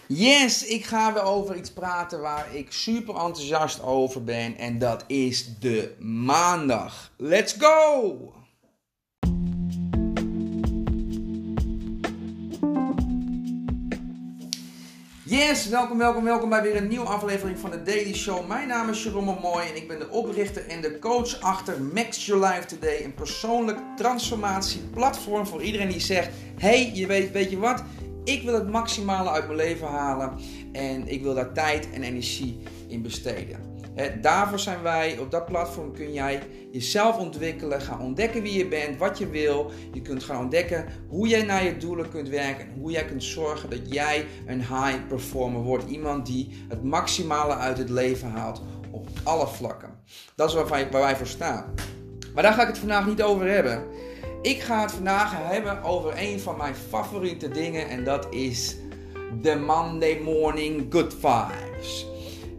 Yes, ik ga weer over iets praten waar ik super enthousiast over ben. En dat is de maandag. Let's go! Yes, welkom bij weer een nieuwe aflevering van de Daily Show. Mijn naam is Jerome Mooi en ik ben de oprichter en de coach achter Max Your Life Today. Een persoonlijk transformatieplatform voor iedereen die zegt: hey, weet je wat? Ik wil het maximale uit mijn leven halen en ik wil daar tijd en energie in besteden. Daarvoor zijn wij. Op dat platform kun jij jezelf ontwikkelen, gaan ontdekken wie je bent, wat je wil. Je kunt gaan ontdekken hoe jij naar je doelen kunt werken en hoe jij kunt zorgen dat jij een high performer wordt. Iemand die het maximale uit het leven haalt op alle vlakken. Dat is waar wij voor staan. Maar daar ga ik het vandaag niet over hebben. Ik ga het vandaag hebben over een van mijn favoriete dingen en dat is de Monday Morning Good Vibes.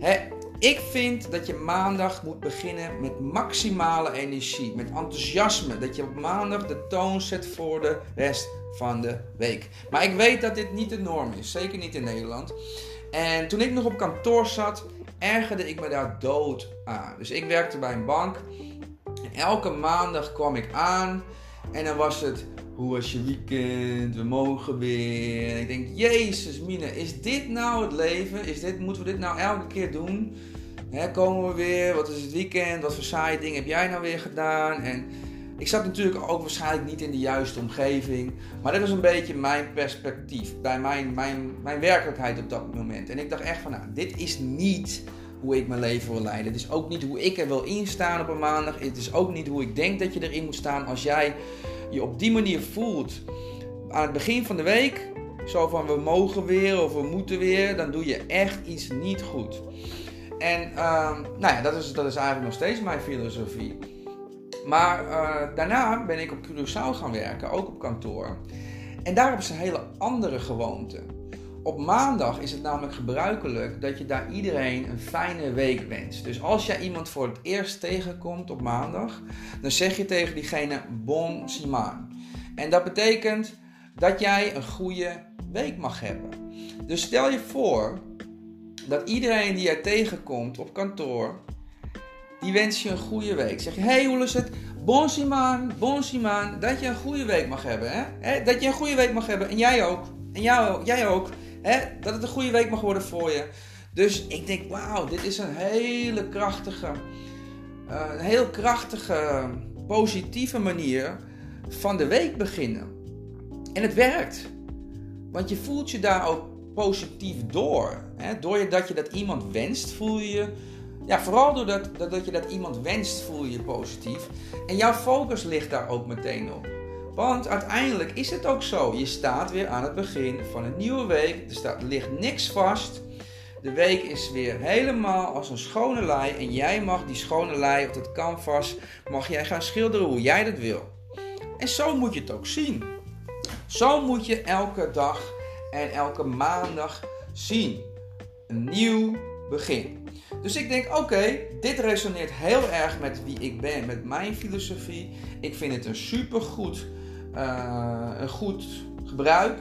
Ik vind dat je maandag moet beginnen met maximale energie, met enthousiasme. Dat je op maandag de toon zet voor de rest van de week. Maar ik weet dat dit niet de norm is, zeker niet in Nederland. En toen ik nog op kantoor zat, ergerde ik me daar dood aan. Dus ik werkte bij een bank en elke maandag kwam ik aan en dan was het: hoe was je weekend? We mogen weer. En ik denk, jezus mine, is dit nou het leven? Moeten we dit nou elke keer doen? Komen we weer? Wat is het weekend? Wat voor saaie dingen heb jij nou weer gedaan? En ik zat natuurlijk ook waarschijnlijk niet in de juiste omgeving. Maar dat was een beetje mijn perspectief. Bij mijn werkelijkheid op dat moment. En ik dacht echt van, dit is niet hoe ik mijn leven wil leiden. Het is ook niet hoe ik er wil instaan op een maandag. Het is ook niet hoe ik denk dat je erin moet staan als jij je op die manier voelt aan het begin van de week, zo van we mogen weer of we moeten weer, dan doe je echt iets niet goed. En dat is eigenlijk nog steeds mijn filosofie. Maar daarna ben ik op Curaçao gaan werken, ook op kantoor. En daar hebben ze een hele andere gewoonte. Op maandag is het namelijk gebruikelijk dat je daar iedereen een fijne week wenst. Dus als jij iemand voor het eerst tegenkomt op maandag, dan zeg je tegen diegene bon siman. En dat betekent dat jij een goede week mag hebben. Dus stel je voor dat iedereen die jij tegenkomt op kantoor, die wens je een goede week. Zeg je, hey, hoe is het? Bon siman, dat je een goede week mag hebben. Hè? Dat je een goede week mag hebben en jij ook. En jij ook. Dat het een goede week mag worden voor je. Dus ik denk, wauw, dit is een heel krachtige, positieve manier van de week beginnen. En het werkt. Want je voelt je daar ook positief door. Doordat je dat iemand wenst, voel je je... Ja, vooral doordat je dat iemand wenst, voel je je positief. En jouw focus ligt daar ook meteen op. Want uiteindelijk is het ook zo. Je staat weer aan het begin van een nieuwe week. Er ligt niks vast. De week is weer helemaal als een schone lei. En jij mag die schone lei op dat canvas, mag jij gaan schilderen hoe jij dat wil. En zo moet je het ook zien. Zo moet je elke dag en elke maandag zien. Een nieuw begin. Dus ik denk, oké, dit resoneert heel erg met wie ik ben, met mijn filosofie. Ik vind het een supergoed een goed gebruik.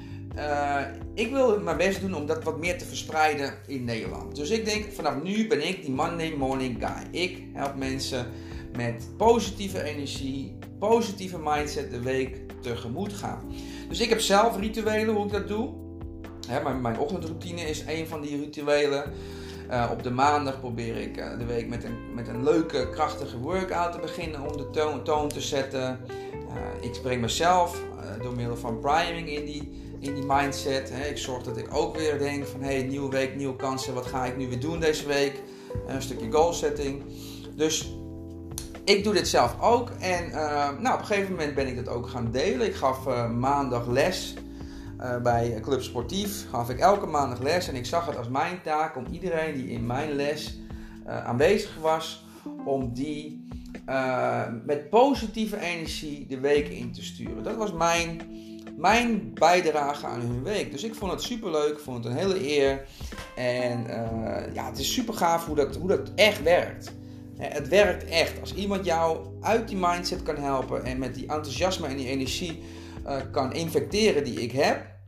Ik wil mijn best doen om dat wat meer te verspreiden in Nederland. Dus ik denk, vanaf nu ben ik die Monday Morning Guy. Ik help mensen met positieve energie, positieve mindset de week tegemoet gaan. Dus ik heb zelf rituelen hoe ik dat doe. Mijn ochtendroutine is een van die rituelen. Op de maandag probeer ik de week met een leuke, krachtige workout te beginnen om de toon te zetten. Ik breng mezelf door middel van priming in die mindset. Ik zorg dat ik ook weer denk van hey, nieuwe week, nieuwe kansen. Wat ga ik nu weer doen deze week? Een stukje goal setting. Dus ik doe dit zelf ook. En op een gegeven moment ben ik dat ook gaan delen. Ik gaf maandag les. Bij Club Sportief gaf ik elke maandag les en ik zag het als mijn taak om iedereen die in mijn les aanwezig was, om die met positieve energie de week in te sturen. Dat was mijn bijdrage aan hun week. Dus ik vond het superleuk, ik vond het een hele eer. En het is super gaaf hoe dat echt werkt. Het werkt echt. Als iemand jou uit die mindset kan helpen en met die enthousiasme en die energie kan infecteren die ik heb,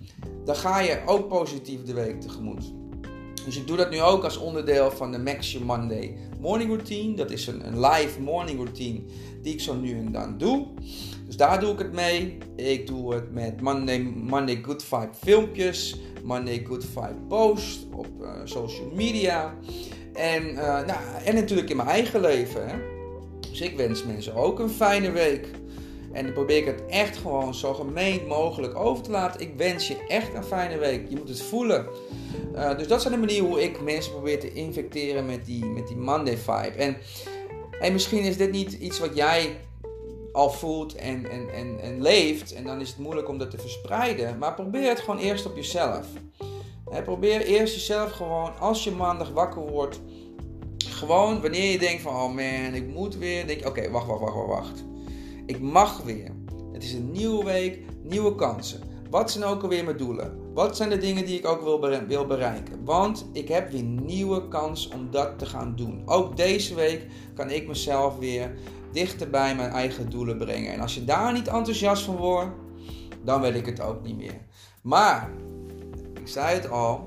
dan ga je ook positief de week tegemoet. Dus ik doe dat nu ook als onderdeel van de Max Your Monday Morning Routine. Dat is een live morning routine die ik zo nu en dan doe. Dus daar doe ik het mee. Ik doe het met Monday Good Vibe filmpjes, Monday Good Vibe posts op social media. En natuurlijk in mijn eigen leven. Hè. Dus ik wens mensen ook een fijne week. En dan probeer ik het echt gewoon zo gemeen mogelijk over te laten. Ik wens je echt een fijne week. Je moet het voelen. Dus dat zijn de manieren hoe ik mensen probeer te infecteren met die Monday vibe. En misschien is dit niet iets wat jij al voelt en leeft. En dan is het moeilijk om dat te verspreiden. Maar probeer het gewoon eerst op jezelf. Probeer eerst jezelf gewoon, als je maandag wakker wordt. Gewoon wanneer je denkt van, oh man, ik moet weer. Denk je, oké, wacht. Ik mag weer. Het is een nieuwe week, nieuwe kansen. Wat zijn ook alweer mijn doelen? Wat zijn de dingen die ik ook wil bereiken? Want ik heb weer nieuwe kans om dat te gaan doen. Ook deze week kan ik mezelf weer dichter bij mijn eigen doelen brengen. En als je daar niet enthousiast van wordt, dan weet ik het ook niet meer. Maar, ik zei het al,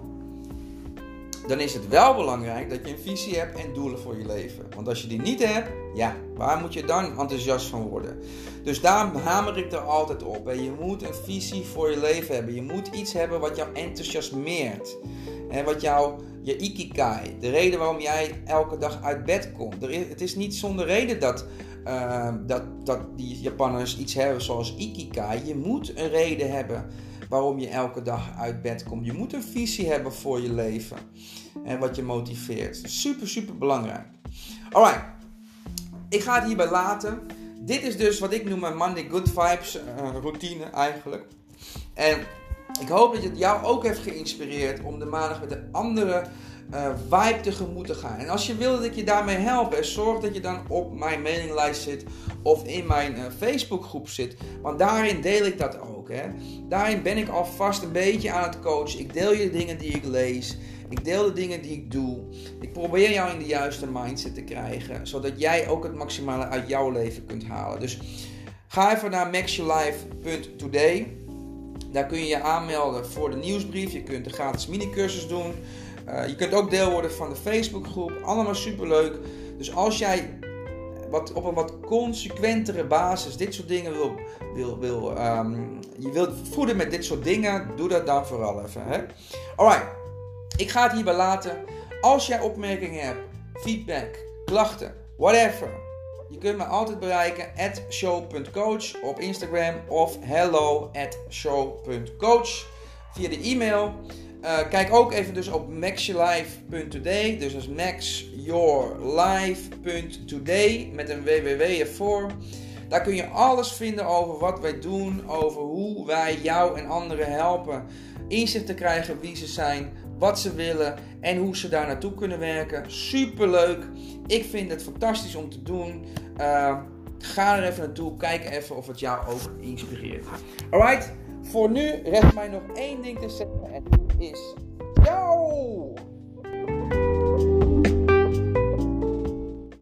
dan is het wel belangrijk dat je een visie hebt en doelen voor je leven. Want als je die niet hebt, ja, waar moet je dan enthousiast van worden? Dus daar hamer ik er altijd op. Je moet een visie voor je leven hebben. Je moet iets hebben wat jou enthousiasmeert. Wat je ikigai, de reden waarom jij elke dag uit bed komt. Het is niet zonder reden dat die Japanners iets hebben zoals ikigai. Je moet een reden hebben waarom je elke dag uit bed komt. Je moet een visie hebben voor je leven. En wat je motiveert. Super, super belangrijk. Alright. Ik ga het hierbij laten. Dit is dus wat ik noem mijn Monday Good Vibes routine eigenlijk. En ik hoop dat het jou ook heeft geïnspireerd om de maandag met een andere vibe tegemoet te gaan. En als je wil dat ik je daarmee help, zorg dat je dan op mijn mailinglijst zit of in mijn Facebookgroep zit. Want daarin deel ik dat ook. Daarin ben ik alvast een beetje aan het coachen. Ik deel je de dingen die ik lees. Ik deel de dingen die ik doe. Ik probeer jou in de juiste mindset te krijgen. Zodat jij ook het maximale uit jouw leven kunt halen. Dus ga even naar maxyourlife.today. Daar kun je je aanmelden voor de nieuwsbrief. Je kunt de gratis minicursus doen. Je kunt ook deel worden van de Facebookgroep. Allemaal superleuk. Dus als jij op een wat consequentere basis dit soort dingen je wilt voeden met dit soort dingen, doe dat dan vooral even. Alright. Ik ga het hierbij laten. Als jij opmerkingen hebt, feedback, klachten, whatever. Je kunt me altijd bereiken @show.coach op Instagram of hello@show.coach via de e-mail. Kijk ook even dus op maxyourlife.today. Dus dat is maxyourlife.today met een www ervoor. Daar kun je alles vinden over wat wij doen, over hoe wij jou en anderen helpen inzicht te krijgen wie ze zijn, wat ze willen en hoe ze daar naartoe kunnen werken. Superleuk. Ik vind het fantastisch om te doen. Ga er even naartoe. Kijk even of het jou ook inspireert. Alright. Voor nu rest mij nog één ding te zeggen en dat is ciao!